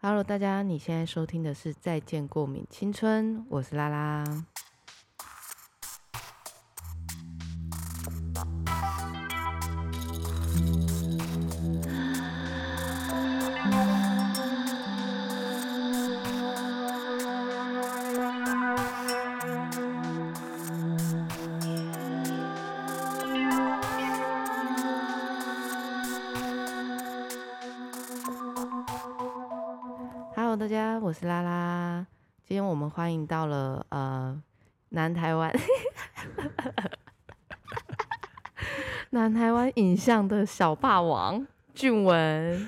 Hello，大家，你现在收听的是《再见过敏青春》，我是拉拉。Hello，大家，我是拉拉。今天我们欢迎到了南台湾南台湾影像的小霸王俊文。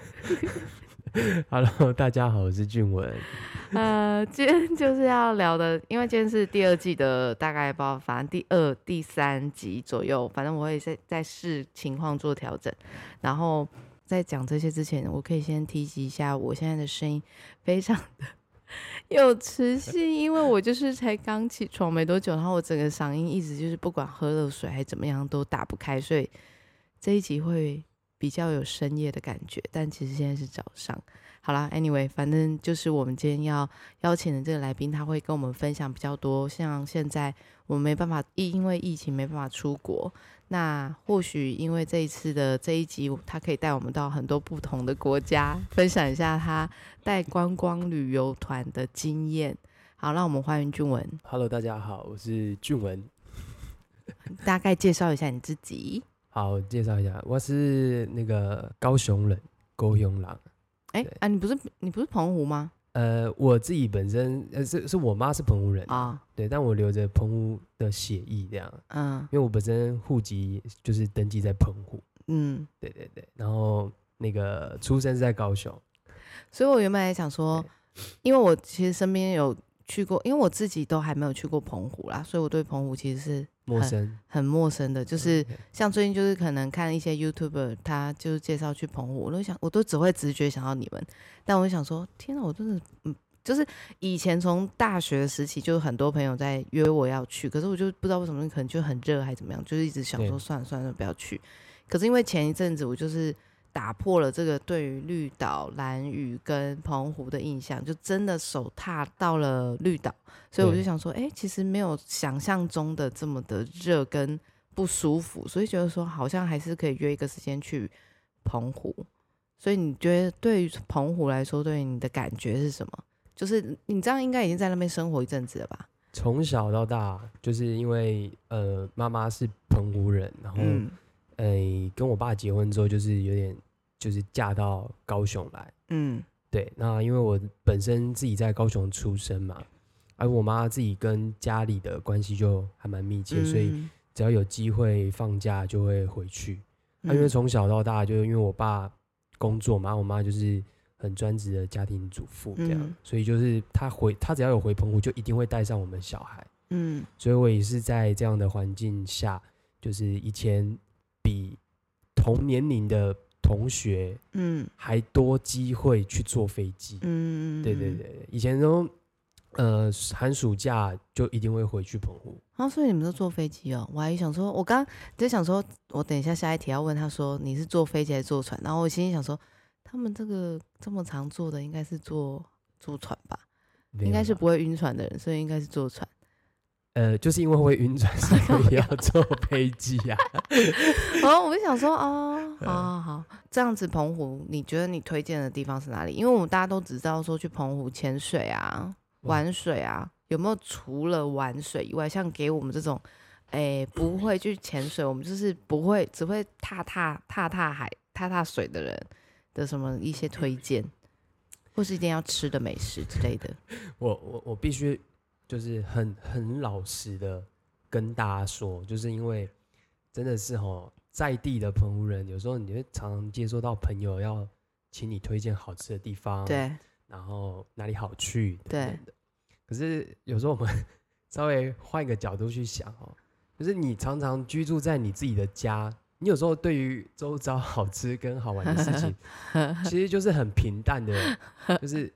Hello， 大家好，我是俊文。 今天就是要聊的，因为今天是第二季的大概不知道，反正第二、第三集左右，反正我会再视情况做调整。然后在讲这些之前，我可以先提及一下，我现在的声音非常的有磁性，因为我就是才刚起床没多久，然后我整个嗓音一直就是不管喝了水还怎么样都打不开，所以这一集会比较有深夜的感觉，但其实现在是早上。好啦 anyway， 反正就是我们今天要邀请的这个来宾，他会跟我们分享比较多，像现在我们没办法，因为疫情没办法出国，那或许因为这一次的这一集，他可以带我们到很多不同的国家，分享一下他带观光旅游团的经验。好，让我们欢迎俊文。 Hello， 大家好，我是俊文。 大概介绍一下你自己。 好，介绍一下，我是那个高雄人，高雄人。 你不是澎湖吗？ 我自己本身是我妈是澎湖人啊， 对，但我留着澎湖的血裔这样，因为我本身户籍就是登记在澎湖，对对对，然后那个出生是在高雄， 所以我原本还想说，因为我其实身边有去过，因为我自己都还没有去过澎湖啦，所以我对澎湖其实是陌生， 很陌生的。就是像最近就是可能看一些 YouTuber， 他就是介绍去澎湖，我都只会直觉想到你们，但我就想说，天哪，我真的就是以前从大学时期就很多朋友在约我要去，可是我就不知道为什么，可能就很热还怎么样，就是一直想说算了不要去。可是因为前一阵子我就是打破了这个对于绿岛、兰屿跟澎湖的印象，就真的手踏到了绿岛，所以我就想说，其实没有想象中的这么的热跟不舒服，所以觉得说好像还是可以约一个时间去澎湖。所以你觉得对于澎湖来说，对于你的感觉是什么？就是你这样应该已经在那边生活一阵子了吧？ 从小到大，就是因为妈妈是澎湖人，然后跟我爸结婚之后，就是有点就是嫁到高雄来，对。那因为我本身自己在高雄出生嘛，而我妈自己跟家里的关系就还蛮密切，所以只要有机会放假就会回去。因为从小到大，就因为我爸工作嘛，我妈就是很专职的家庭主妇这样，所以就是她只要有回澎湖，就一定会带上我们小孩。所以我也是在这样的环境下，就是以前比同年龄的同学，还多机会去坐飞机。对对对，以前都寒暑假就一定会回去澎湖。 所以你们都坐飞机哦？我还想说，我刚刚在想说，我等一下下一题要问他说你是坐飞机还是坐船？然后我心里想说，他们这个这么常坐的应该是坐船吧？应该是不会晕船的人，所以应该是坐船。 就是因为会晕船，所以要坐飞机啊。 我就想说，好，这样子澎湖，你觉得你推荐的地方是哪里？因为我们大家都只知道说去澎湖潜水啊、玩水啊，有没有除了玩水以外，像给我们这种，不会去潜水，我们就是不会，只会踏海、踏水的人的什么一些推荐，或是一定要吃的美食之类的？ 我必须。就是很老实的跟大家说，就是因为真的是在地的澎湖人，有时候你会常常接收到朋友要请你推荐好吃的地方， 对， 然后哪里好去等等的。 对。 可是有时候我们稍微换一个角度去想就是你常常居住在你自己的家，你有时候对于周遭好吃跟好玩的事情，其实就是很平淡的，就是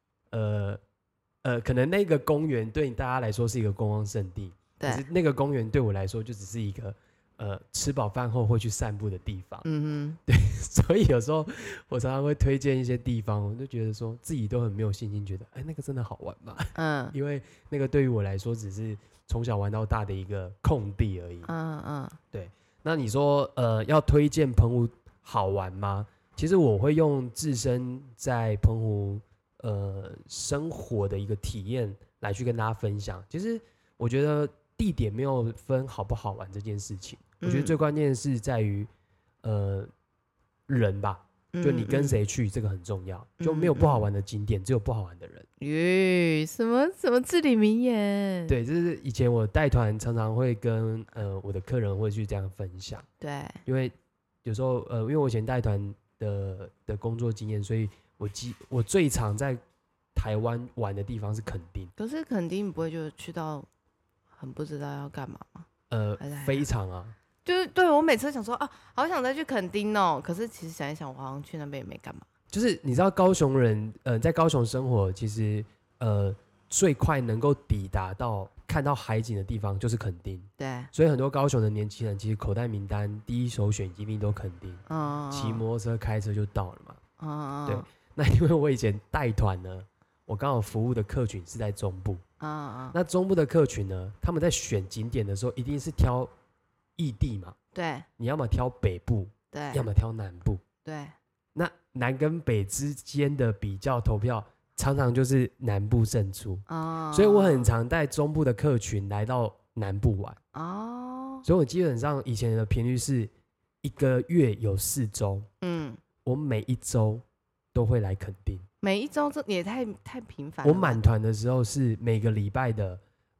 可能那个公园对大家来说是一个观光胜地，可是那个公园对我来说就只是一个吃饱饭后会去散步的地方。对，所以有时候我常常会推荐一些地方，我就觉得说自己都很没有信心，觉得那个真的好玩吗？因为那个对于我来说只是从小玩到大的一个空地而已。对。那你说要推荐澎湖好玩吗？其实我会用自身在澎湖生活的一个体验来去跟大家分享。其实我觉得地点没有分好不好玩这件事情，我觉得最关键的是在于人吧，就你跟谁去这个很重要，就没有不好玩的景点，只有不好玩的人。 什么至理名言？ 对，这是以前我带团常常会跟我的客人会去这样分享。 对， 因为有时候因为我以前带团的工作经验，所以我最常在台湾玩的地方是垦丁。 可是垦丁你不会就去到很不知道要干嘛吗？ 非常啊， 就是对我每次想说好想再去垦丁哦，可是其实想一想，我好像去那边也没干嘛。 就是你知道高雄人在高雄生活，其实最快能够抵达到看到海景的地方就是垦丁。 对， 所以很多高雄的年轻人其实口袋名单第一首选一定都垦丁。骑摩托车开车就到了嘛。对，那因为我以前带团呢，我刚好服务的客群是在中部。那中部的客群呢，他们在选景点的时候一定是挑异地嘛。 对， 你要么挑北部， 对， 要么挑南部。 对， 那南跟北之间的比较投票，常常就是南部胜出。所以我很常带中部的客群来到南部玩。所以我基本上以前的频率是1个月有4周，我每一周都会来垦丁。 每一周这也太频繁了。 我满团的时候是每个礼拜的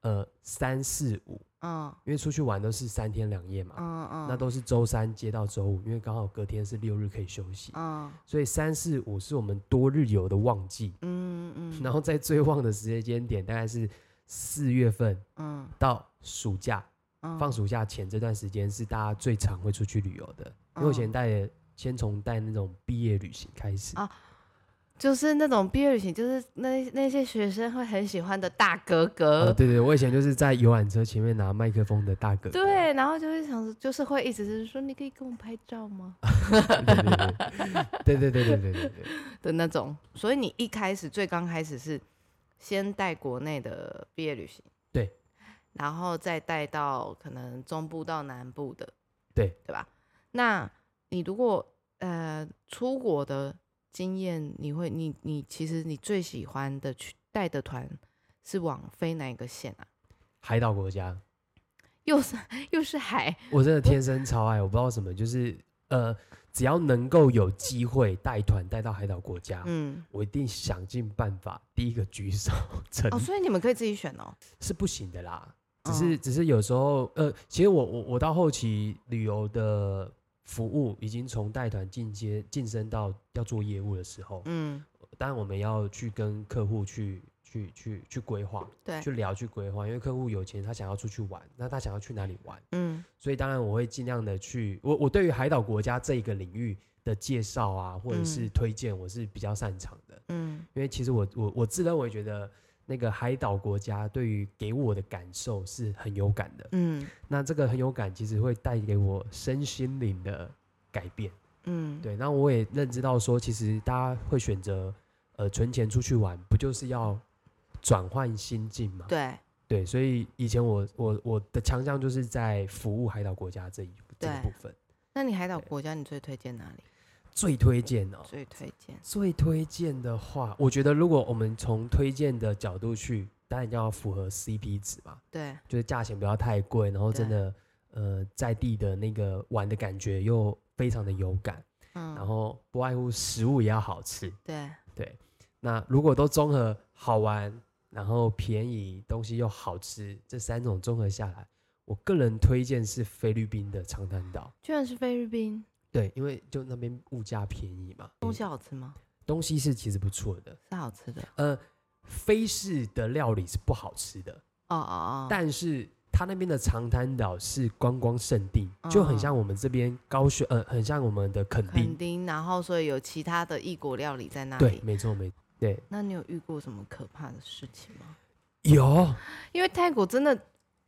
3、4、5，因为出去玩都是3天2夜嘛，那都是周3接到周5，因为刚好隔天是6日可以休息，所以3、4、5是我们多日游的旺季。然后在最旺的时间点大概是4月份，到暑假，放暑假前这段时间是大家最常会出去旅游的。因为我以前先从带那种毕业旅行开始。 就是那种毕业旅行，就是那些学生会很喜欢的大哥哥。 对，我以前就是在游览车前面拿麦克风的大哥哥。 对，然后就会想，就是会一直是说，你可以跟我拍照吗？ 对的那种。所以你最刚开始是先带国内的毕业旅行， 对， 然后再带到可能中部到南部的， 对吧？那你如果出国的经验，你其实你最喜欢的去带的团是往飞哪一个线啊？ 海岛国家， 又是海。 我真的天生超爱，我不知道什么，就是只要能够有机会带团带到海岛国家，我一定想尽办法第一个举手。 所以你们可以自己选哦？ 是不行的啦，只是有时候其实我到后期旅游的服务已经从带团晋升到要做业务的时候，当然我们要去跟客户去规划， 对， 去聊去规划，因为客户有钱，他想要出去玩，那他想要去哪里玩？所以当然我会尽量的去，我对于海岛国家这一个领域的介绍啊，或者是推荐，我是比较擅长的。因为其实我自认为觉得那个海岛国家对于给我的感受是很有感的。那这个很有感，其实会带给我身心灵的改变。对，那我也认知到说，其实大家会选择存钱出去玩，不就是要转换心境吗？对，所以以前我的强项就是在服务海岛国家这个部分。 那你海岛国家你最推荐哪里？ 最推荐哦， 最推荐的话，我觉得如果我们从推荐的角度去，当然要符合 CP 值嘛。 对， 就是价钱不要太贵，然后真的在地的那个玩的感觉又非常的有感，然后不外乎食物也要好吃。对，那如果都综合好玩，然后便宜，东西又好吃，这3种综合下来，我个人推荐是菲律宾的长滩岛。 居然是菲律宾？ 对，因为就那边物价便宜嘛。 东西好吃吗？ 东西是其实不错的， 是好吃的。 菲式的料理是不好吃的。但是它那边的长滩岛是观光胜地，就很像我们这边高雄，很像我们的垦丁， 然后所以有其他的异国料理在那里。 对，没错。对， 那你有遇过什么可怕的事情吗？ 有， 因为泰国真的，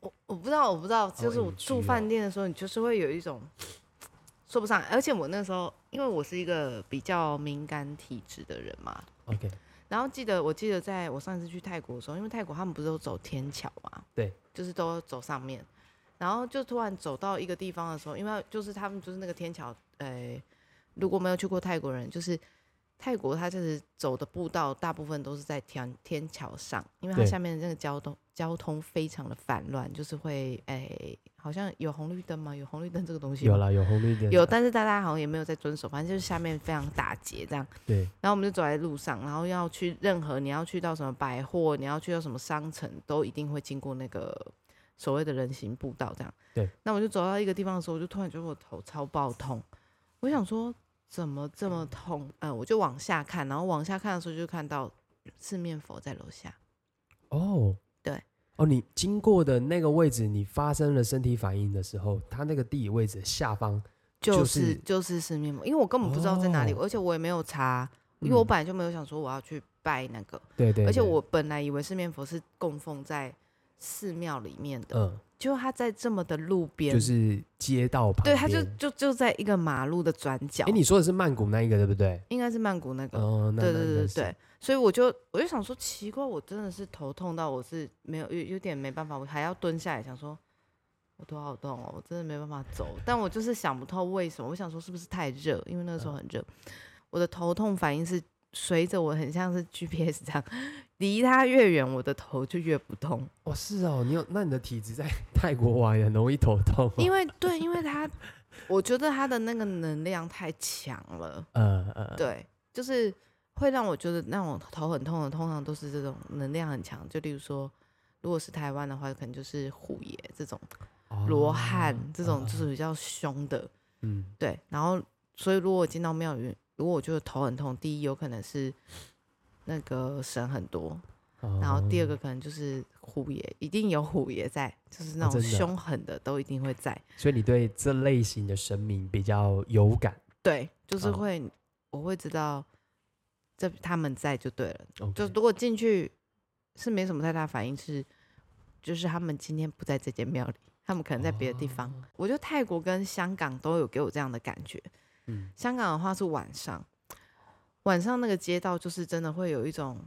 我不知道，就是我住饭店的时候，你就是会有一种说不上，而且我那时候因为我是一个比较敏感体质的人嘛 ，OK。 然后我记得在我上一次去泰国的时候，因为泰国他们不是都走天桥嘛， 对， 就是都走上面，然后就突然走到一个地方的时候，因为就是他们就是那个天桥，如果没有去过泰国人，就是泰国它就是走的步道大部分都是在天桥上，因为它下面的那个交通非常的繁乱，就是会好像有红绿灯吗？有红绿灯这个东西吗？ 有啦，有红绿灯。 有，但是大家好像也没有在遵守，反正就是下面非常打结这样。 对。 然后我们就走在路上，然后要去你要去到什么百货，你要去到什么商城，都一定会经过那个所谓的人行步道这样。 对。 那我就走到一个地方的时候，我就突然觉得我头超爆痛，我想说怎么这么痛？我就往下看，然后往下看的时候就看到四面佛在楼下。 哦。 对。 哦，你经过的那个位置，你发生了身体反应的时候，它那个地理位置下方就是四面佛，因为我根本不知道在哪里，而且我也没有查，因为我本来就没有想说我要去拜那个， 对， 而且我本来以为四面佛是供奉在寺庙里面的，结果他在这么的路边， 就是街道旁边， 对，他就在一个马路的转角。 你说的是曼谷那一个对不对？ 应该是曼谷那个，对，所以我就想说奇怪，我真的是头痛到我是没有点没办法，我还要蹲下来想说，我头好痛哦，我真的没办法走，但我就是想不透为什么，我想说是不是太热，因为那个时候很热，我的头痛反应是随着我很像是 GPS 这样，离它越远，我的头就越不痛。 哦，是哦，那你的体质在泰国玩也很容易头痛， 因为我觉得它的那个能量太强了，对，就是会让我觉得那种头很痛的，通常都是这种能量很强，就例如说，如果是台湾的话，可能就是虎爷这种，罗汉这种就是比较凶的，对，然后所以如果我进到庙宇，如果我觉得头很痛，第一有可能是那个神很多，然后第二个可能就是虎爷，一定有虎爷在，就是那种凶狠的都一定会在。 所以你对这类型的神明比较有感？ 对，就是我会知道他们在就对了。就如果进去是没什么太大反应，就是他们今天不在这间庙里，他们可能在别的地方。我觉得泰国跟香港都有给我这样的感觉。香港的话是晚上那个街道就是真的会有一种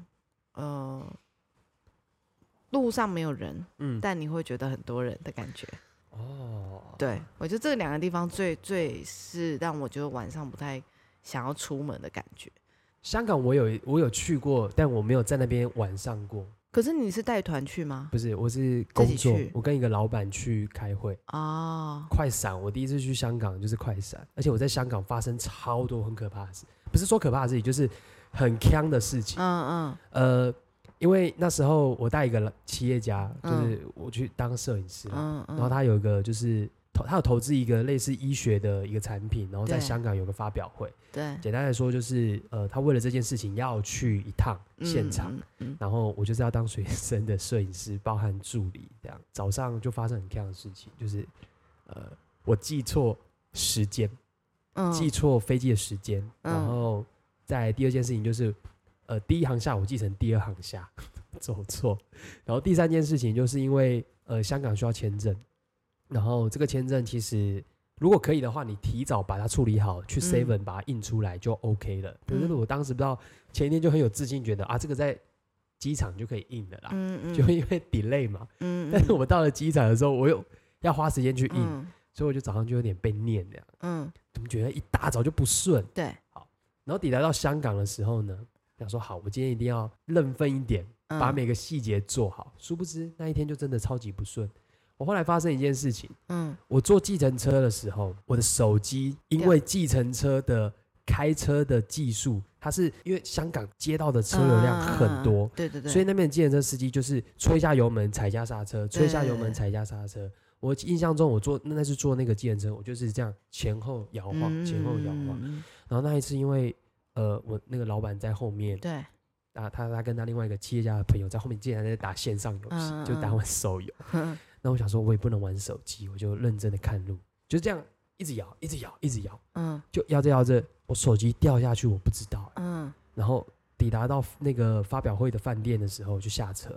路上没有人，但你会觉得很多人的感觉。对，我觉得这两个地方最是让我觉得晚上不太想要出门的感觉。 香港我有去过，但我没有在那边晚上过。 可是你是带团去吗？ 不是，我是工作，我跟一个老板去开会。快闪！我第一次去香港就是快闪，而且我在香港发生超多很可怕的事，不是说可怕的事情，就是很鏘的事情。因为那时候我带一个企业家，就是我去当摄影师，然后他有一个就是他有投资一个类似医学的一个产品，然后在香港有个发表会。 对， 简单来说就是他为了这件事情要去一趟现场，然后我就是要当随身的摄影师，包含助理这样。早上就发生很鏘的事情，就是我记错时间，记错飞机的时间，然后在第二件事情就是第一航厦我记成第二航厦走错，然后第三件事情就是因为香港需要签证，然后这个签证其实如果可以的话，你提早把它处理好，去 7 把它印出来就 OK 了。可是我当时不知道，前一天就很有自信，觉得这个在机场就可以印的啦，就因为 delay 嘛。但是我到了机场的时候，我又要花时间去印，所以我就早上就有点被念这样。怎么觉得一大早就不顺？ 对， 好，然后抵达到香港的时候呢，想说好，我今天一定要认分一点，把每个细节做好。殊不知那一天就真的超级不顺。我后来发生一件事情，我坐计程车的时候，我的手机因为计程车的开车的技术，它是因为香港街道的车流量很多， 对， 所以那边的计程车司机就是吹一下油门踩一下刹车，吹一下油门踩一下刹车。我印象中我那是坐那个计程车，我就是这样前后摇晃，前后摇晃。然后那一次因为我那个老板在后面， 对， 他跟他另外一个企业家的朋友在后面，竟然在打线上游戏，就打完手游。那我想说，我也不能玩手机，我就认真的看路，就这样一直摇，一直摇，一直摇，就摇着摇着，我手机掉下去，我不知道，然后抵达到那个发表会的饭店的时候，就下车，然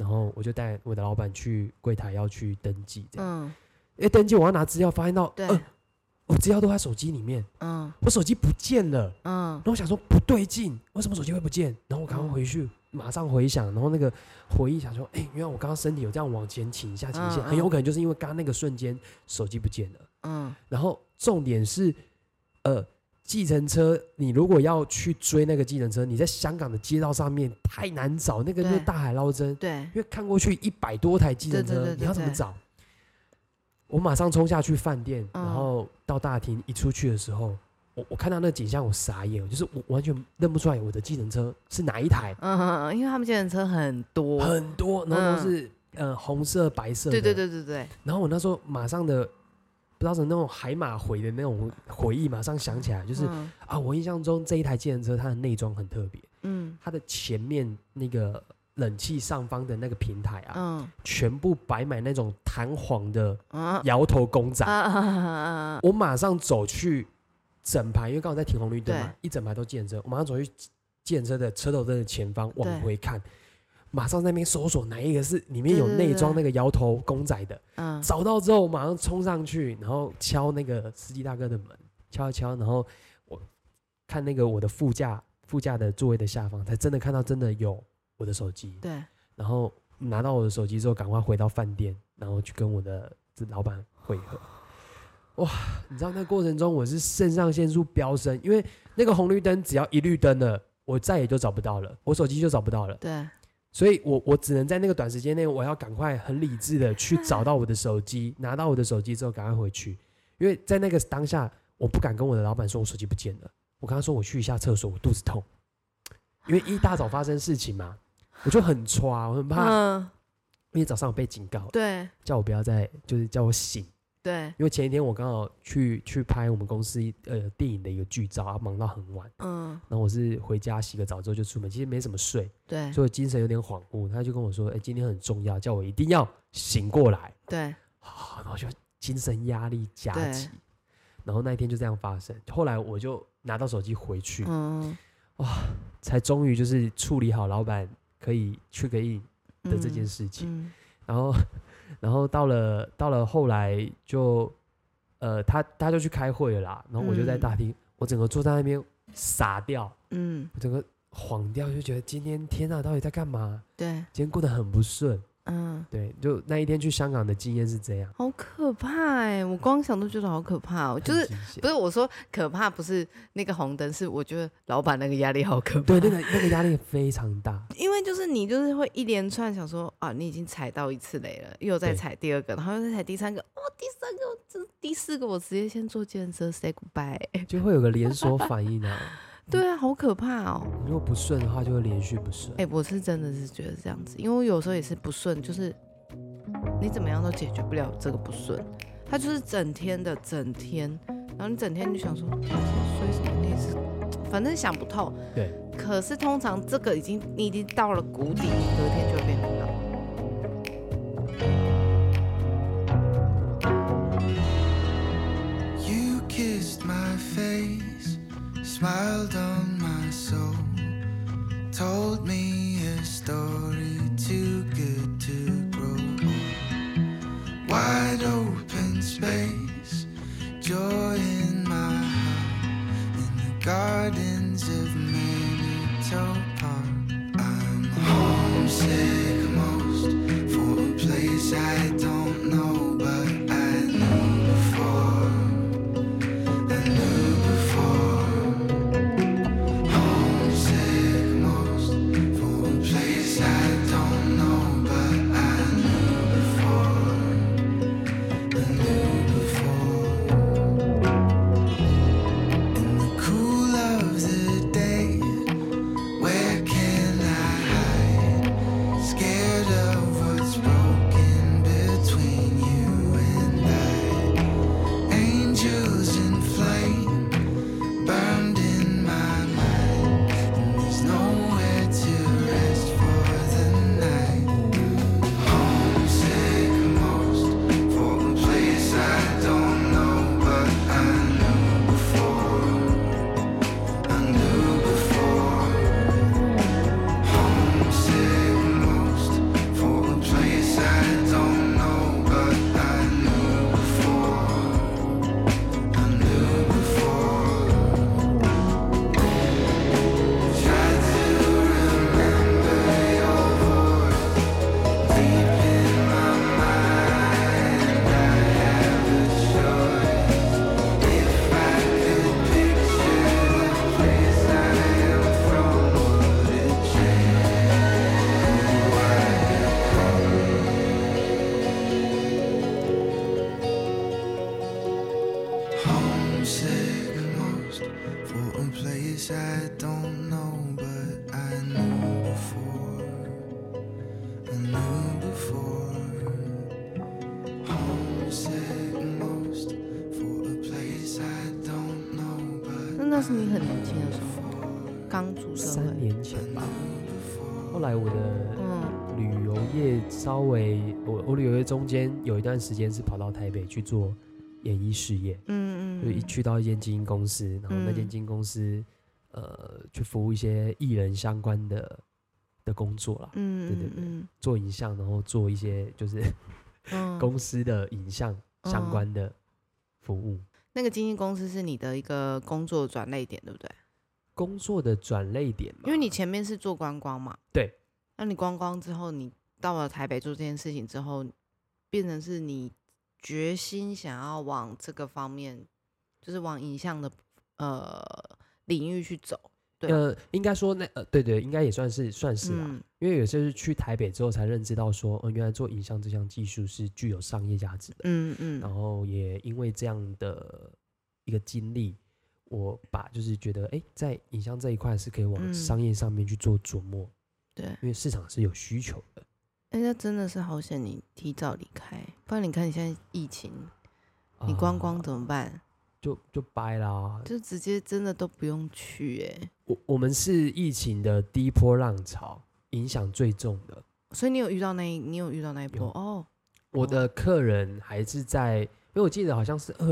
然后我就带我的老板去柜台要去登记，这样。登记我要拿资料，发现到我资料都在手机里面，我手机不见了，然后我想说不对劲，为什么手机会不见？然后我赶快回去，马上回想，然后那个回忆想说，原来我刚刚身体有这样往前倾一下，很有可能就是因为刚刚那个瞬间手机不见了，然后重点是，计程车，你如果要去追那个计程车，你在香港的街道上面太难找，那个就是大海捞针。对，因为看过去100多台计程车，你要怎么找？我马上冲下去饭店，然后到大厅，一出去的时候，我看到那个景象，我傻眼，就是我完全认不出来我的计程车是哪一台。 因为他们计程车很多， 然后都是红色、白色的。 对。 然后我那时候马上的。不知道是那种海马回的那种回忆，马上想起来，就是我印象中这一台计程车它的内装很特别，它的前面那个冷气上方的那个平台全部摆满那种弹簧的摇头公仔，我马上走去整排，因为刚好在停红绿灯嘛，一整排都计程车，我马上走去计程车的车头灯的前方往回看。马上在那边搜索哪一个是里面有内装那个摇头公仔的，找到之后我马上冲上去，然后敲那个司机大哥的门，敲一敲，然后我看那个我的副驾的座位的下方，才真的看到真的有我的手机。对，然后拿到我的手机之后，赶快回到饭店，然后去跟我的老板会合。哇，你知道那过程中我是肾上腺素飙升，因为那个红绿灯只要一绿灯了，我再也就找不到了，我手机就找不到了。对。所以我只能在那个短时间内，我要赶快很理智的去找到我的手机，拿到我的手机之后赶快回去，因为在那个当下，我不敢跟我的老板说我手机不见了，我跟他说我去一下厕所，我肚子痛，因为一大早发生事情嘛，我就很抓，我很怕，因为早上我被警告，对，叫我不要再就是叫我醒。对，因为前一天我刚好去拍我们公司电影的一个剧照，忙到很晚，然后我是回家洗个澡之后就出门，其实没怎么睡，对，所以精神有点恍惚。他就跟我说，今天很重要，叫我一定要醒过来。对，然后就精神压力加急，然后那一天就这样发生。后来我就拿到手机回去，才终于就是处理好老板可以check in的这件事情，然后到了后来就，他就去开会了啦，然后我就在大厅，我整个坐在那边傻掉，我整个晃掉，就觉得今天天啊，到底在干嘛？对，今天过得很不顺，对，就那一天去香港的经验是这样， 好可怕哎！我光想都觉得好可怕，就是不是我说可怕，不是那个红灯，是我觉得老板那个压力好可怕， 对，那个压力非常大， 因为就是你就是会一连串想说你已经踩到一次雷了，又再踩第二个，然后又再踩第三个，第三个第四个我直接先坐计程车 say goodbye， 就会有个连锁反应啊。 对啊，好可怕哦！ 如果不顺的话，就会连续不顺。 我是真的是觉得这样子，因为我有时候也是不顺，就是你怎么样都解决不了这个不顺，它就是整天，然后你整天就想说，所以什么那次，反正想不透。对。可是通常这个你已经到了谷底，你隔天就会变很好。You kissed my face, smiled on my soul, told me a story too good to grow old. Wide open space, joy in my heart, in the gardens of Manitou Park. I'm homesick most for a place I don't know, but I knew before. Homesick most for a place I 那是你很年轻的时候，刚出社会 ，3年前吧。后来我的旅游业稍微，我旅游业中间有一段时间是跑到台北去做演艺事业，就一去到一间经纪公司，然后那间经纪公司去服务一些艺人相关的工作啦，对，做影像，然后做一些就是公司的影像相关的服务。 那个经纪公司是你的一个工作转捩点，对不对？ 工作的转捩点嘛， 因为你前面是做观光嘛， 对。 那你观光之后，你到了台北做这件事情之后，变成是你决心想要往这个方面，就是往影像的领域去走。对， 应该说对，应该也算是啦，因为有些是去台北之后才认知到说，原来做影像这项技术是具有商业价值的。然后也因为这样的一个经历，我就是觉得，在影像这一块是可以往商业上面去做琢磨。 对， 因为市场是有需求的。 那真的是好险你提早离开，不然你看你现在疫情，你观光怎么办？ 就掰啦， 就直接真的都不用去我们是疫情的第一波浪潮，影响最重的。 所以你有遇到那一波哦？ 我的客人还是在，因为我记得好像是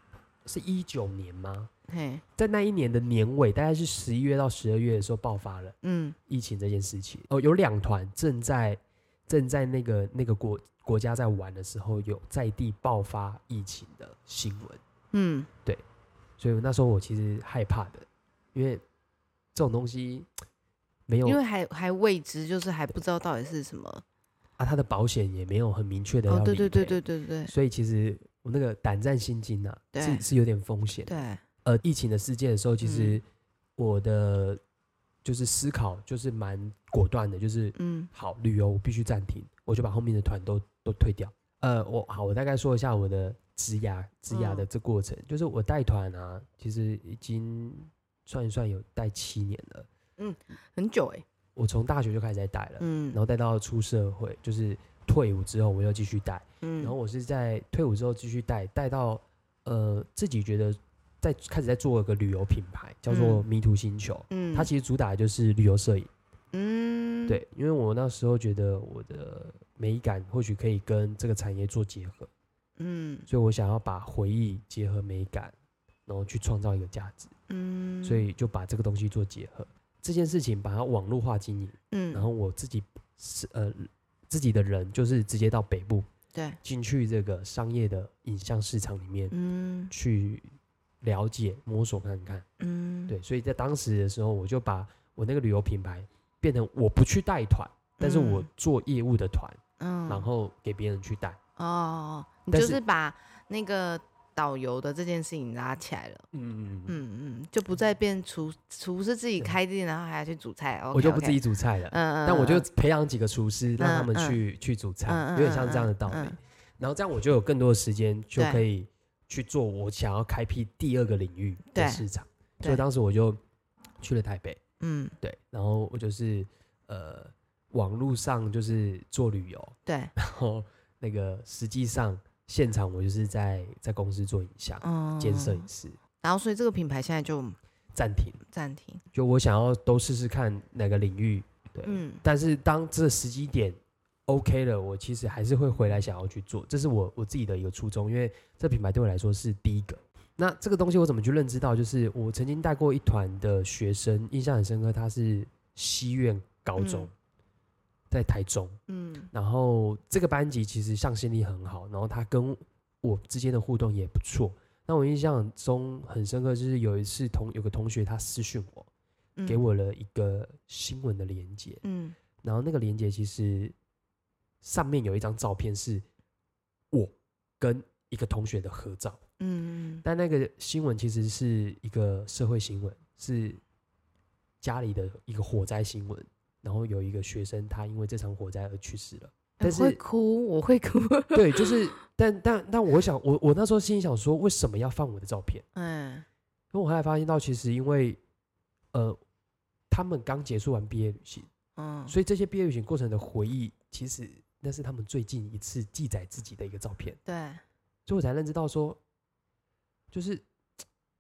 2019年吗？在那一年的年尾，大概是11月到12月的时候爆发了疫情这件事情。有2团正在那个国家在玩的时候，有在地爆发疫情的新闻。对，所以那时候我其实害怕的，因为这种东西没有， 因为还未知，就是还不知道到底是什么啊，他的保险也没有很明确的要理赔。 对， 所以其实我那个胆战心惊啊，是有点风险。 对， 疫情的事件的时候，其实我的就是思考就是蛮果断的，就是好，旅游我必须暂停，我就把后面的团都退掉。我大概说一下我的职涯的这过程，就是我带团啊，其实已经算一算有带7年了， 很久我从大学就开始在带了，然后带到出社会，就是退伍之后我又继续带，然后我是在退伍之后继续带到自己觉得开始在做一个旅游品牌，叫做迷途星球，它其实主打的就是旅游摄影，对，因为我那时候觉得我的美感或许可以跟这个产业做结合，所以我想要把回忆结合美感，然后去创造一个价值，所以就把这个东西做结合。这件事情把它网络化经营，然后我自己的人就是直接到北部， 对， 进去这个商业的影像市场里面，去了解摸索看看，对，所以在当时的时候，我就把我那个旅游品牌变成我不去带团，但是我做业务的团，然后给别人去带。 你就是把那个导游的这件事情拉起来了，就不再变厨师自己开店，然后还要去煮菜， 我就不自己煮菜了，但我就培养几个厨师，让他们去煮菜，有点像这样的道理。然后这样我就有更多的时间，就可以去做我想要开辟第2个领域的市场。所以当时我就去了台北，对，然后我就是网络上就是做旅游， 对， 然后那个实际上现场我就是在公司做影像，兼摄影师。 然后所以这个品牌现在就暂停， 就我想要都试试看哪个领域，对，但是当这个时机点 OK 了，我其实还是会回来想要去做，这是我自己的一个初衷，因为这品牌对我来说是第一个。那这个东西我怎么去认知到？就是我曾经带过一团的学生，印象很深刻，他是西苑高中，在台中，然后这个班级其实向心力很好，然后他跟我之间的互动也不错。那我印象中很深刻，就是有一次有个同学他私讯我，给我了一个新闻的连结，然后那个连结其实上面有一张照片是我跟一个同学的合照，但那个新闻其实是一个社会新闻，是家里的一个火灾新闻，然后有一个学生他因为这场火灾而去世了。但是我会哭。 对，就是，但我想，我那时候心里想说，为什么要放我的照片？因为我后来发现到，其实因为，他们刚结束完毕业旅行，所以这些毕业旅行过程的回忆，其实那是他们最近一次记载自己的一个照片。 对， 所以我才认知到说，就是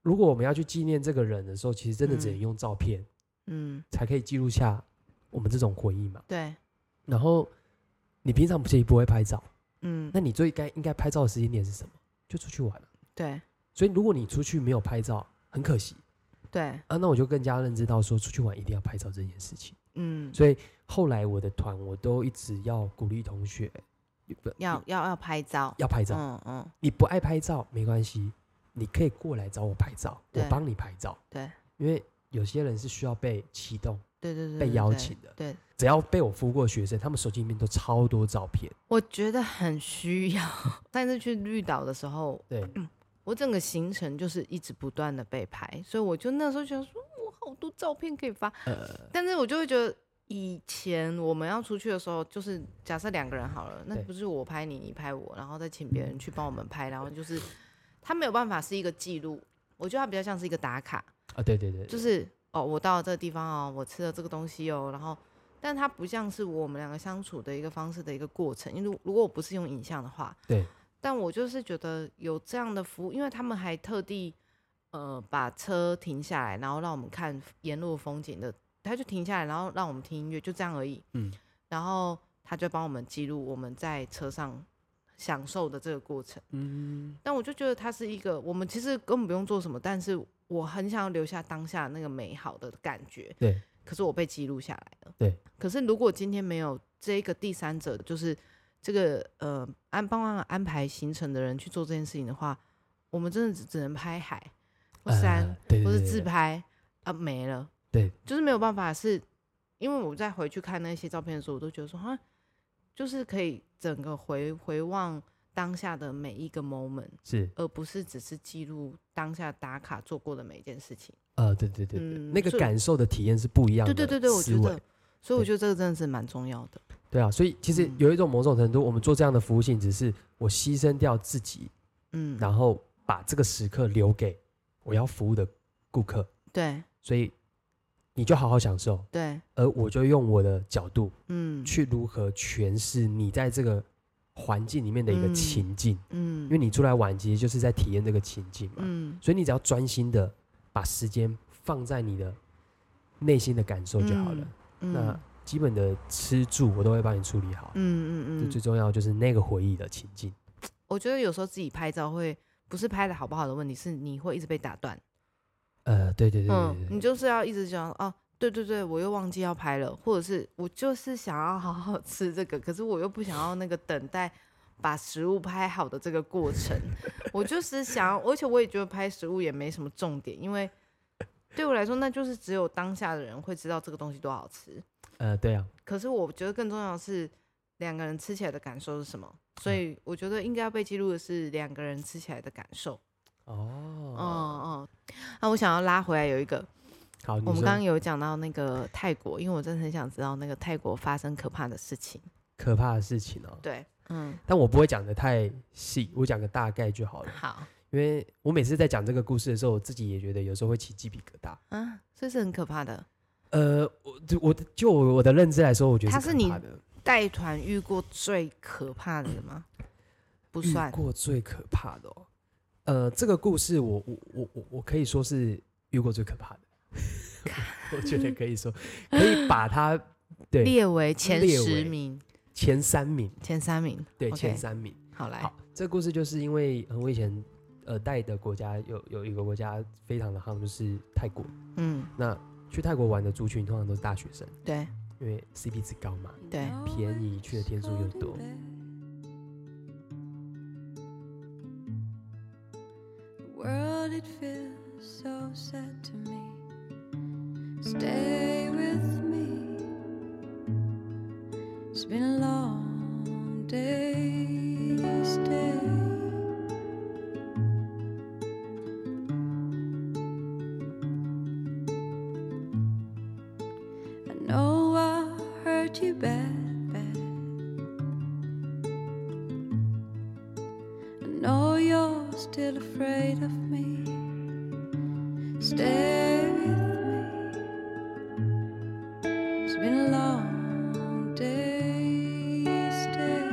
如果我们要去纪念这个人的时候，其实真的只能用照片，才可以记录下我们这种回忆嘛。 对。 然后你平常其实不会拍照，那你最应该拍照的时间点是什么？就出去玩了。 对。 所以如果你出去没有拍照，很可惜。 对。 那我就更加认知到说，出去玩一定要拍照这件事情。所以后来我的团我都一直要鼓励同学， 要拍照， 要拍照。你不爱拍照没关系，你可以过来找我拍照，我帮你拍照。 对。 因为有些人是需要被启动， 对， 被邀请的。 对。 只要被我服务过的学生，他们手机里面都超多照片。 我觉得很需要。上次去绿岛的时候， 对， 我整个行程就是一直不断的被拍，所以我就那时候想说，我好多照片可以发。但是我就会觉得，以前我们要出去的时候，就是假设2个人好了，那不是我拍你，你拍我，然后再请别人去帮我们拍，然后就是他没有办法是一个记录，我觉得它比较像是一个打卡。 对， 就是我到了这个地方我吃了这个东西然后，但它不像是我们2个相处的一个方式的一个过程，因为如果我不是用影像的话， 对。 但我就是觉得有这样的服务，因为他们还特地把车停下来，然后让我们看沿路风景的，他就停下来，然后让我们听音乐，就这样而已。然后他就帮我们记录我们在车上享受的这个过程。但我就觉得它是一个，我们其实根本不用做什么，但是我很想要留下当下那个美好的感觉。 对。 可是我被记录下来了。 对。 可是如果今天没有这个第三者，就是这个帮忙安排行程的人去做这件事情的话，我们真的只能拍海或山，或是自拍没了。 对， 就是没有办法，是因为我再回去看那些照片的时候，我都觉得说就是可以整个回望当下的每一个 moment， 是，而不是只是记录当下打卡做过的每一件事情。对， 那个感受的体验是不一样的。 对，我觉得，所以我觉得这个真的是蛮重要的。 对啊，所以其实有一种某种程度，我们做这样的服务性质是我牺牲掉自己，然后把这个时刻留给我要服务的顾客。 对， 所以你就好好享受。 对， 而我就用我的角度，去如何诠释你在这个环境里面的一个情境。因为你出来玩，其实就是在体验这个情境嘛。所以你只要专心的把时间放在你的内心的感受就好了。那基本的吃住我都会帮你处理好。最重要就是那个回忆的情境。 我觉得有时候自己拍照会不是拍的好不好的问题，是你会一直被打断。 对， 你就是要一直讲对，我又忘记要拍了，或者是我就是想要好好吃这个，可是我又不想要那个等待把食物拍好的这个过程。我就是想要，而且我也觉得拍食物也没什么重点，因为对我来说，那就是只有当下的人会知道这个东西多好吃。 对啊。 可是我觉得更重要的是2个人吃起来的感受是什么，所以我觉得应该要被记录的是2个人吃起来的感受。我想要拉回来有一个， 好， 我们刚刚有讲到那个泰国，因为我真的很想知道那个泰国发生可怕的事情。 可怕的事情对， 但我不会讲得太细，我讲个大概就好了。 好， 因为我每次在讲这个故事的时候，我自己也觉得有时候会起鸡皮疙瘩。 所以是很可怕的。 我的认知来说，我觉得它是你带团遇过最可怕的吗？不算。 遇过最可怕的这个故事我可以说是遇过最可怕的。我觉得可以说，可以把它列为前10名、 前3名、对， okay， 前3名。 好，来， 好，这个故事就是因为我以前带的国家有一个国家非常的夯，就是泰国。那去泰国玩的族群通常都是大学生。 对， 因为 CP 值高嘛， 对， 便宜，去的天数又多。 World, it feels so sad to me. Stay with me. It's been a long day. Stay. I know I hurt you bad, bad. I know you're still afraid of me. Stay with me. It's been a long day. Stay.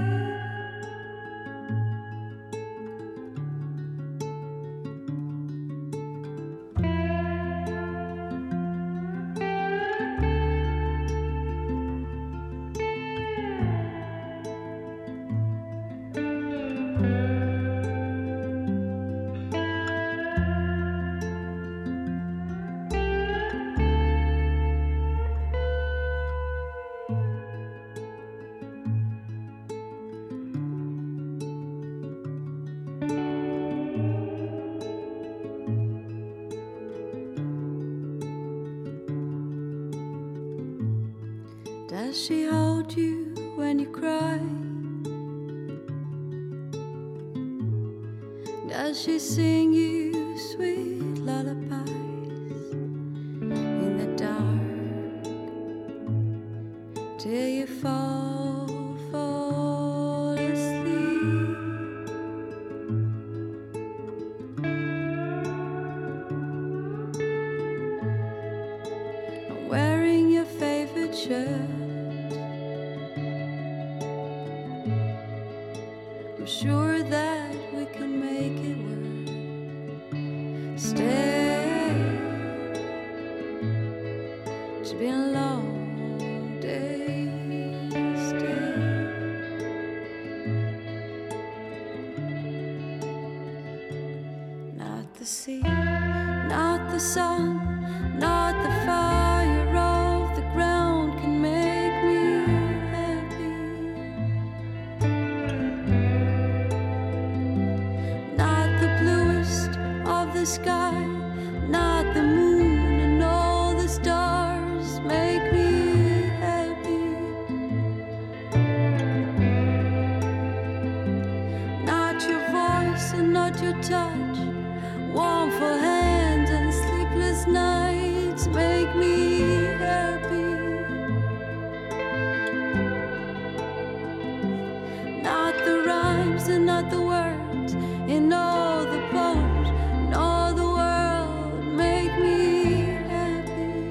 Does she hold you when you cry? Does she sing you sweet lullabies in the dark till you fall asleep? I'm wearing your favorite shirt. I'm sure that we can make it work. Stay. It's been a long day. Stay. Not the sea, not the sun, not the fire of the ground can make me happy. Not the bluest of the sky, not the moon and all the stars make me happy. Not your voice and not your touch, warm for hands and sleepless nights make me happy. Not the rhymes and not the words in all the poems and all the world make me happy.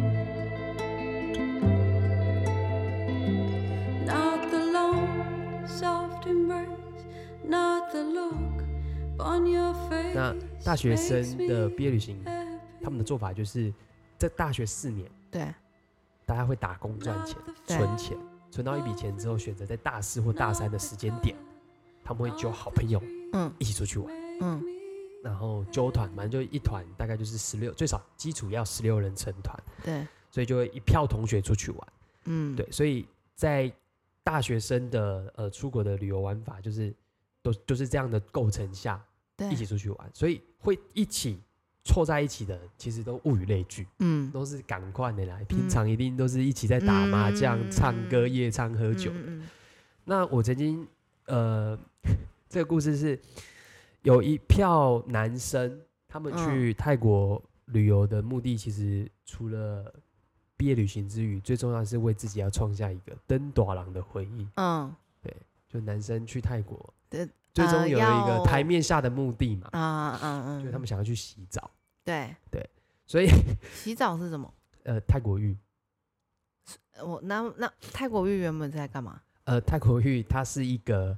Not the long soft embrace, not the look on your face. 那大学生的毕业旅行，他们的做法就是在大学4年， 对， 大家会打工赚钱、存钱，存到一笔钱之后，选择在大4或大3的时间点，他们会揪好朋友，一起出去玩，然后揪团，反正就一团大概就是16，最少基础要16人成团， 对， 所以就会一票同学出去玩，对，所以在大学生的出国的旅游玩法，就是这样的构成下，一起出去玩，所以会一起凑在一起的，其实都物以类聚，都是赶快的来，平常一定都是一起在打麻将、唱歌、夜唱、喝酒的。那我曾经这个故事是有一票男生，他们去泰国旅游的目的，其实除了毕业旅行之余，最重要的是为自己要创下一个登大人的回忆。对，就男生去泰国。最终有了一个台面下的目的嘛，就是他们想要去洗澡， 对， 所以洗澡是什么？ 泰国浴。 那泰国浴原本在干嘛？ 泰国浴它是一个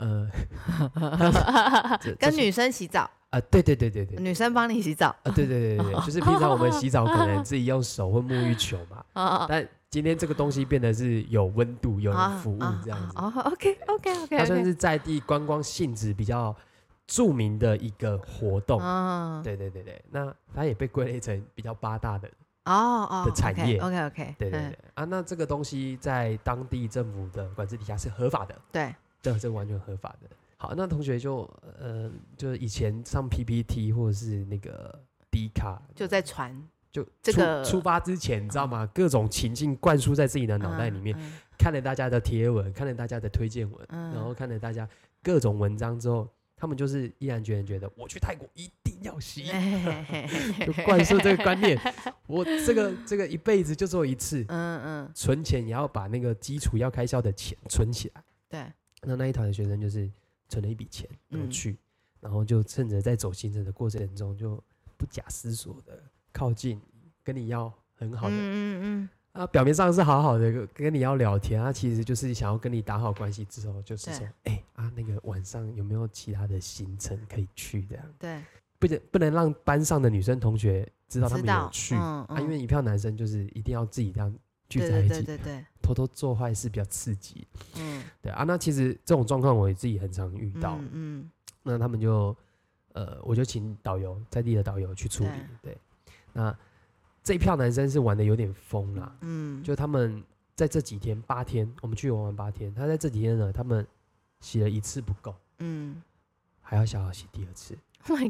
跟女生洗澡。 对， 女生帮你洗澡。 对，就是平常我们洗澡可能自己用手或沐浴球嘛，但今天这个东西变得是有温度、有人服务这样子。 OK， 它算是在地观光性质比较著名的一个活动。对，那它也被归类成比较8大的产业。 OK， 对啊，那这个东西在当地政府的管制底下是合法的。对，这完全合法的。好，那同学就以前上 PPT 或者是那个 D 卡就在传， 就出发之前，你知道吗？各种情境灌输在自己的脑袋里面，看了大家的贴文，看了大家的推荐文，然后看了大家各种文章之后，他们就是毅然决然觉得我去泰国一定要洗，就灌输这个观念。我这个一辈子就只有一次，存钱也要把那个基础要开销的钱存起来。 对， 那一团的学生就是存了一笔钱，然后去，然后就趁着在走行程的过程中，就不假思索的靠近，跟你要很好的，表面上是好好的跟你要聊天，其实就是想要跟你打好关系之后，就是说，那个晚上有没有其他的行程可以去这样？对，不能让班上的女生同学知道他们有去因为一票男生就是一定要自己这样聚在一起，对，偷偷做坏事比较刺激，对啊，那其实这种状况我也自己很常遇到，那他们就我就请导游，在地的导游去处理，对，那这一票男生是玩的有点疯啦，就他们在这几天8天，我们去玩8天，他在这几天呢，他们洗了1次不够，还要想要洗第2次。 Oh my god！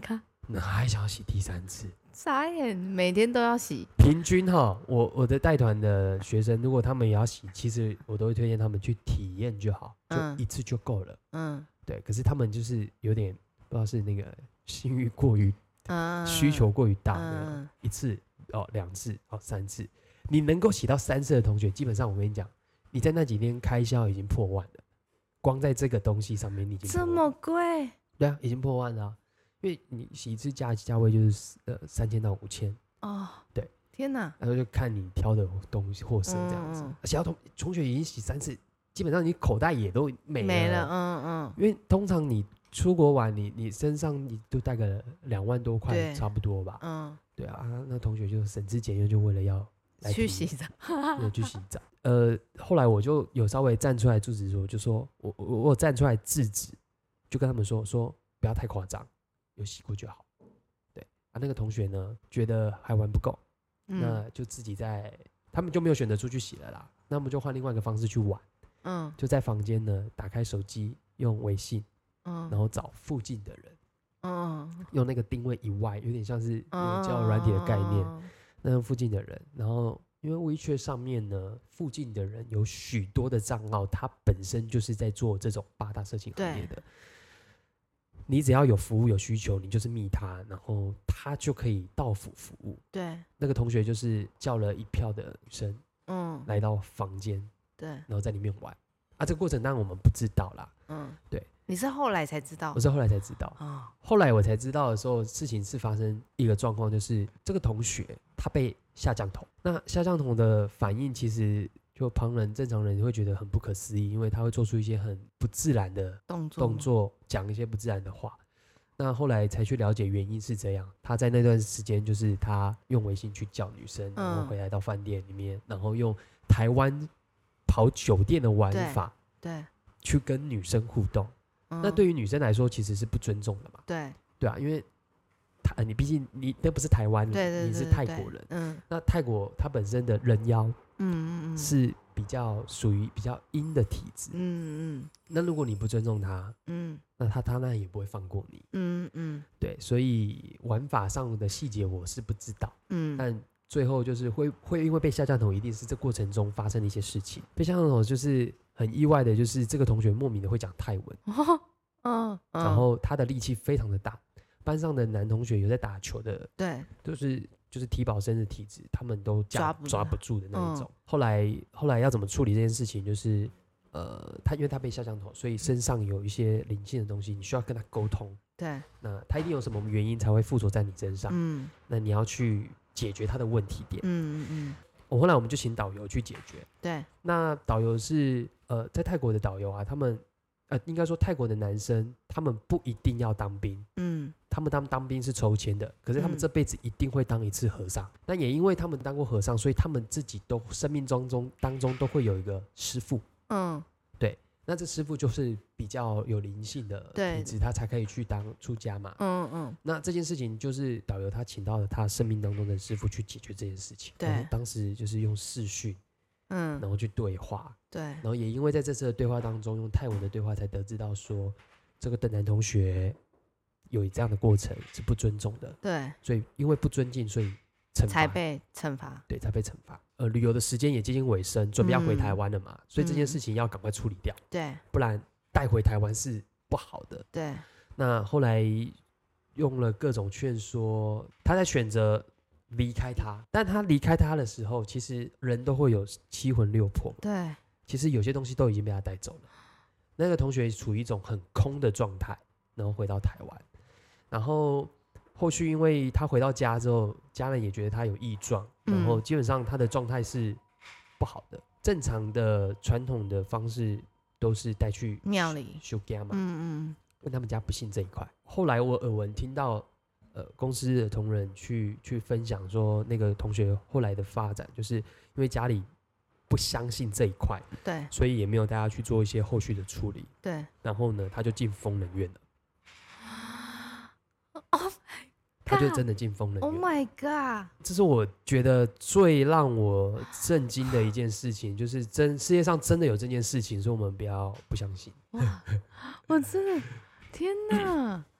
那还想要洗第3次？ 傻眼，每天都要洗。 平均哈，我的带团的学生，如果他们也要洗，其实我都会推荐他们去体验就好，就1次就够了。对。可是他们就是有点不知道是那个性欲过于需求过于大的，1次2次3次，你能够洗到3次的同学，基本上我跟你讲，你在那几天开销已经破万了，光在这个东西上面你已经破万了。这么贵？对啊，已经破万了啊。因为你洗一次价位就是3000到5000哦，对， 天哪！ 然后就看你挑的东西货色这样子。洗到同学已经洗3次，基本上你口袋也都没了。因为通常你出国玩，你身上你都带个2万多块差不多吧？对啊，那同学就省吃俭用，就为了要来去洗澡， 去洗澡。后来我就有稍微站出来制止说，就说我有站出来制止，就跟他们说不要太夸张。有洗过就好，对啊。那个同学呢，觉得还玩不够，那就自己他们就没有选择出去洗了啦。那我们就换另外一个方式去玩，就在房间呢，打开手机，用微信，然后找附近的人，用那个定位以外，有点像是交友软体的概念，那用附近的人，然后因为WeChat上面呢，附近的人有许多的账号，他本身就是在做这种8大色情行业的。你只要有服务有需求，你就是密他，然后他就可以到府服务。对，那个同学就是叫了一票的女生，来到房间，对，然后在里面玩。啊，这个过程当然我们不知道啦，对。 你是后来才知道？ 我是后来才知道。后来我才知道的时候，事情是发生一个状况，就是这个同学他被下降头。那下降头的反应其实。就正常人会觉得很不可思议，因为他会做出一些很不自然的动作，讲一些不自然的话。那后来才去了解原因是这样，他在那段时间就是他用微信去叫女生，然后回来到饭店里面，然后用台湾跑酒店的玩法，对，去跟女生互动。那对于女生来说，其实是不尊重的嘛。对啊，因为你毕竟你那不是台湾人，你是泰国人，那泰国它本身的人妖。是属于比较阴的体质。那如果你不尊重他，那他当然也不会放过你。对，所以玩法上的细节我是不知道。但最后就是会因为被下降头，一定是这过程中发生的一些事情。被下降头就是很意外的，就是这个同学莫名的会讲泰文，然后他的力气非常的大。班上的男同学有在打球的，对，就是体保生的体质，他们都抓不住的那一种。后来要怎么处理这件事情？就是因为他被下降头，所以身上有一些灵性的东西，你需要跟他沟通。对，那他一定有什么原因才会附着在你身上。那你要去解决他的问题点。后来我们就请导游去解决。对，那导游是在泰国的导游啊，他们应该说泰国的男生，他们不一定要当兵。他们当兵是抽签的，可是他们这辈子一定会当1次和尚。那也因为他们当过和尚，所以他们自己都生命当中都会有一个师父。对，那这师父就是比较有灵性的体质，他才可以去当出家嘛。那这件事情就是导游他请到了他生命当中的师父去解决这件事情。对，当时就是用视讯，然后去对话。对，然后也因为在这次的对话当中，用泰文的对话才得知到说，这个男同学。有这样的过程是不尊重的，对，所以因为不尊敬，所以才被惩罚，对，才被惩罚。旅游的时间也接近尾声，准备要回台湾了嘛，所以这件事情要赶快处理掉，对，不然带回台湾是不好的，对。那后来用了各种劝说，他在选择离开他，但他离开他的时候，其实人都会有7魂6魄，对，其实有些东西都已经被他带走了。那个同学处于一种很空的状态，然后回到台湾。然后后续因为他回到家之后，家人也觉得他有异状，然后基本上他的状态是不好的。正常的传统的方式都是带去庙里修家嘛，因为他们家不信这一块。后来我耳闻听到公司的同仁去分享说，那个同学后来的发展，就是因为家里不相信这一块，对，所以也没有带他去做一些后续的处理，对。然后呢，他就进疯人院了。他就真的进疯人院。Oh my god！ 这是我觉得最让我震惊的一件事情，就是世界上真的有这件事情，所以我们不相信。哇！我真的天哪！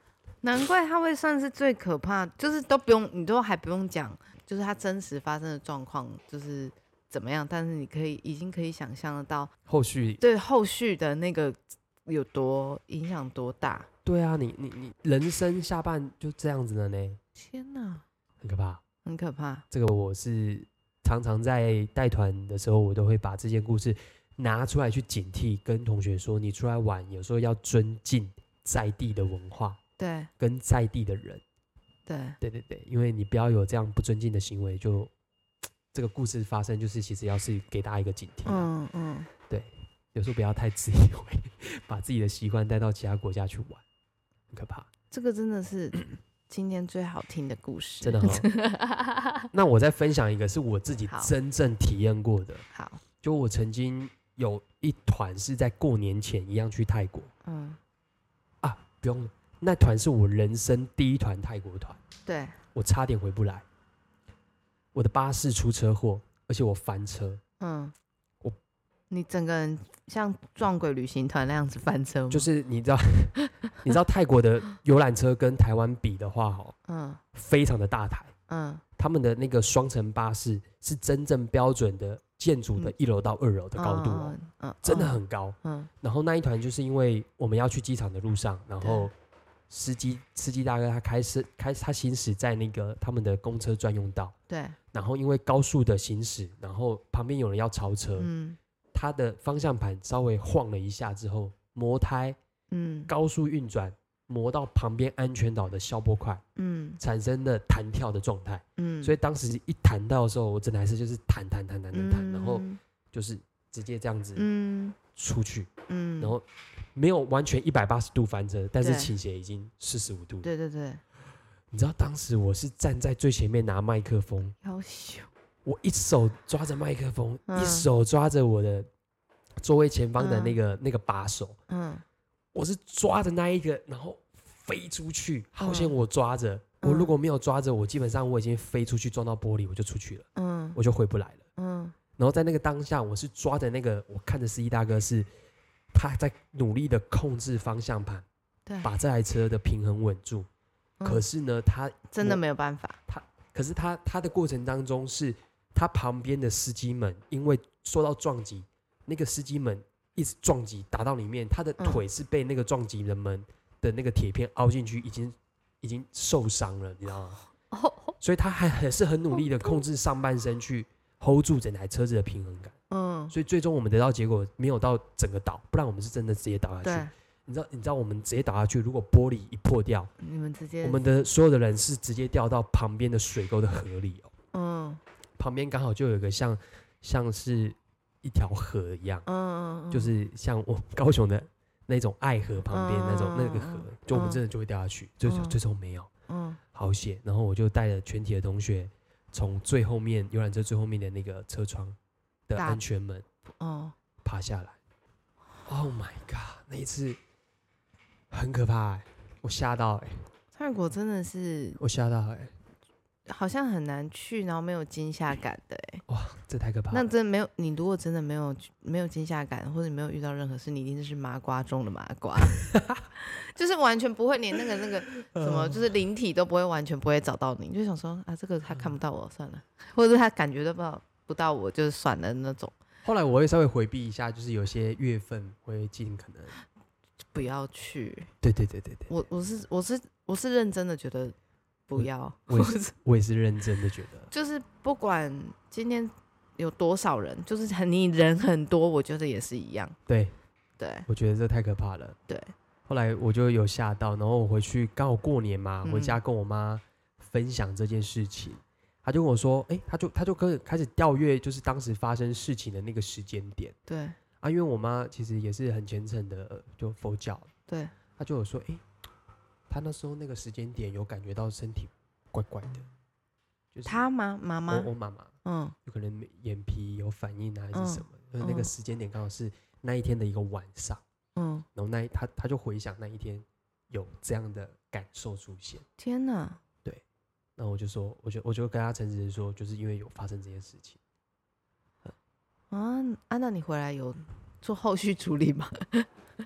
难怪他会算是最可怕，就是都不用，你都还不用讲，就是他真实发生的状况就是怎么样，但是你已经可以想象得到后续， 对后续的那个有多影响多大。 对啊，你人生下半就这样子了呢。 天哪， 很可怕， 很可怕。 这个我是常常在带团的时候，我都会把这件故事拿出来去警惕，跟同学说，你出来玩有时候要尊敬在地的文化， 对， 跟在地的人，对，因为你不要有这样不尊敬的行为，就这个故事发生，就是其实要是给大家一个警惕。对，有时候不要太自以为，把自己的习惯带到其他国家去玩，很可怕。 这个真的是今天最好听的故事， 真的好。那我再分享一个是我自己真正体验过的。 好， 就我曾经有一团是在过年前一样去泰国。不用了，那团是我人生第一团泰国团。对，我差点回不来，我的巴士出车祸，而且我翻车。 你整个人像撞鬼旅行团那样子翻车吗？ 就是你知道泰国的游览车跟台湾比的话，非常的大台。他们的那个双层巴士是真正标准的建筑的1楼到2楼的高度真的很高。然后那一团就是因为我们要去机场的路上，然后司机大哥他行驶在那个他们的公车专用道，对，然后因为高速的行驶，然后旁边有人要超车，他的方向盘稍微晃了一下之后，磨胎，高速运转。磨到旁边安全岛的消波块，产生的弹跳的状态，所以当时一弹到的时候，我真的还是就是弹，然后就是直接这样子出去，然后没有完全180度翻车，但是倾斜已经45度。对，你知道当时我是站在最前面拿麦克风，我一手抓着麦克风，一手抓着我的座位前方的那个把手，我是抓着那一个，然后飞出去。好险我抓着，我如果没有抓着，我基本上我已经飞出去撞到玻璃，我就出去了，我就回不来了。然后在那个当下，我是抓着那个，我看着司机大哥是他在努力的控制方向盘，把这台车的平衡稳住。可是呢，他真的没有办法。 可是他的过程当中是，他旁边的司机们因为受到撞击，那个司机们。一直撞击打到里面，他的腿是被那个撞击人们的那个铁片凹进去，已经受伤了，你知道吗？所以他还是很努力的控制上半身去 hold 住整台车子的平衡感。所以最终我们得到结果没有到整个倒，不然我们是真的直接倒下去。你知道我们直接倒下去，如果玻璃一破掉，我们的所有的人是直接掉到旁边的水沟的河里旁边刚好就有一个像是。一条河一样，就是像我高雄的那种爱河旁边那个河，就我们真的就会掉下去，最终没有，好险。然后我就带着全体的同学从最后面游览车最后面的那个车窗的安全门爬下来。Oh my god！ 那一次很可怕我吓到泰国真的是我吓到好像很难去，然后没有惊吓感的哇，这太可怕了！ 那真的没有，你如果真的没有惊吓感，或者你没有遇到任何事，你一定是麻瓜中的麻瓜，就是完全不会连那个什么，就是灵体都不会完全不会找到你，就想说这个他看不到我算了，或者是他感觉都不到我，就是算了那种。 后来我会稍微回避一下，就是有些月份会尽可能不要去。 对， 我是认真的觉得。不要， 我也是认真的觉得， 就是不管今天有多少人，就是你人很多，我觉得也是一样。对， 我觉得这太可怕了。 对， 后来我就有吓到，然后我回去刚好过年嘛，回家跟我妈分享这件事情，她就跟我说，她就开始调阅，就是当时发生事情的那个时间点。对因为我妈其实也是很虔诚的，就佛教。对，她就有说，他那时候那个时间点有感觉到身体怪怪的，就是他吗？妈妈？ 我妈妈，有可能眼皮有反应还是什么，那个时间点刚好是那一天的一个晚上，然后他就回想那一天有这样的感受出现。 天哪！ 对，那我就说，我就跟他诚实的说，就是因为有发生这件事情。 那你回来有做后续处理吗？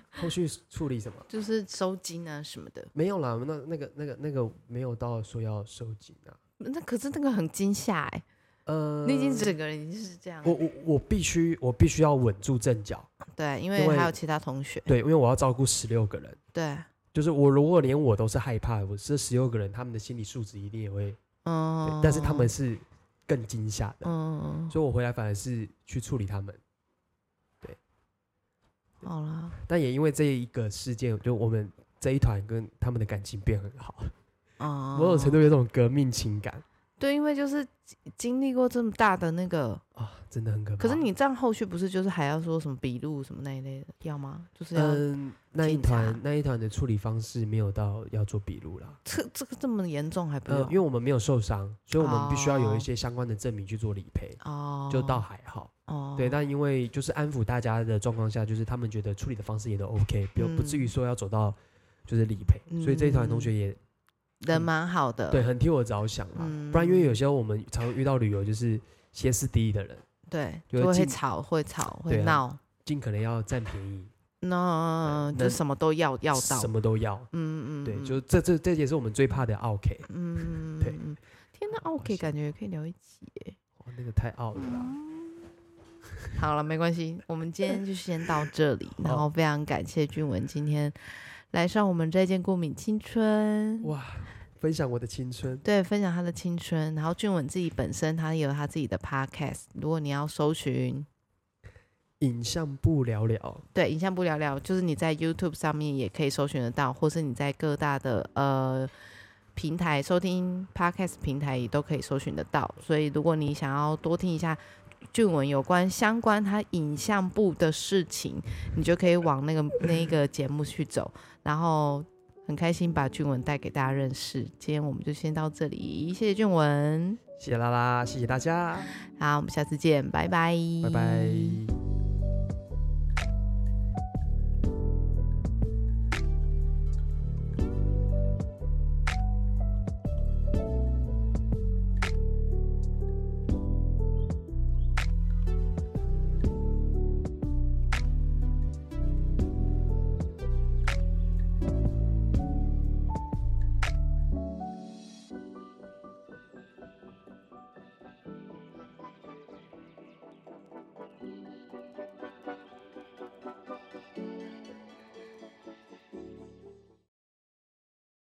后续处理什么？ 就是收金啊什么的。 没有啦，那个没有到说要收紧啊。 那可是那个很惊吓哎。你已经整个人已经是这样。 我必须要稳住阵脚。 对，因为还有其他同学。 对，因为我要照顾16个人。 对， 就是我如果连我都是害怕，我这16个人他们的心理素质一定也会，但是他们是更惊吓的，所以我回来反而是去处理他们。对， 好啦。 但也因为这一个事件，就我们这一团跟他们的感情变很好，某种程度有一种革命情感。 对，因为就是经历过这么大的那个啊，真的很可怕。 可是你这样后续不是就是还要说什么笔录什么那一类的要吗？就是要那一团的处理方式没有到要做笔录啦。 这个这么严重还不用？ 因为我们没有受伤，所以我们必须要有一些相关的证明去做理赔。就倒还好。对，但因为就是安抚大家的状况下，就是他们觉得处理的方式也都 OK，不至于说要走到就是理赔，所以这一团同学也人蛮好的， 对，很替我着想啦。不然因为有些我们常遇到旅游就是歇斯底里的人， 对，就会吵会闹， 尽可能要占便宜， 那就什么都要到， 什么都要，对，就这也是我们最怕的奥 K，对， 天哪，奥 K 感觉也可以聊一集耶， 那个太傲了啦。 好了，没关系，我们今天就先到这里，然后非常感谢俊文今天来上我们这件过敏青春， 哇，分享我的青春， 对，分享他的青春。然后俊文自己本身他也有他自己的 podcast， 如果你要搜寻影像不聊聊， 对，影像不聊聊，就是你在 YouTube 上面也可以搜寻得到，或是你在各大的平台收听 podcast 平台也都可以搜寻得到。所以如果你想要多听一下俊文有关相关他影像部的事情，你就可以往那个节目去走。然后很开心把俊文带给大家认识，今天我们就先到这里，谢谢俊文， 谢谢拉拉，谢谢大家， 好，我们下次见，拜拜， 拜拜。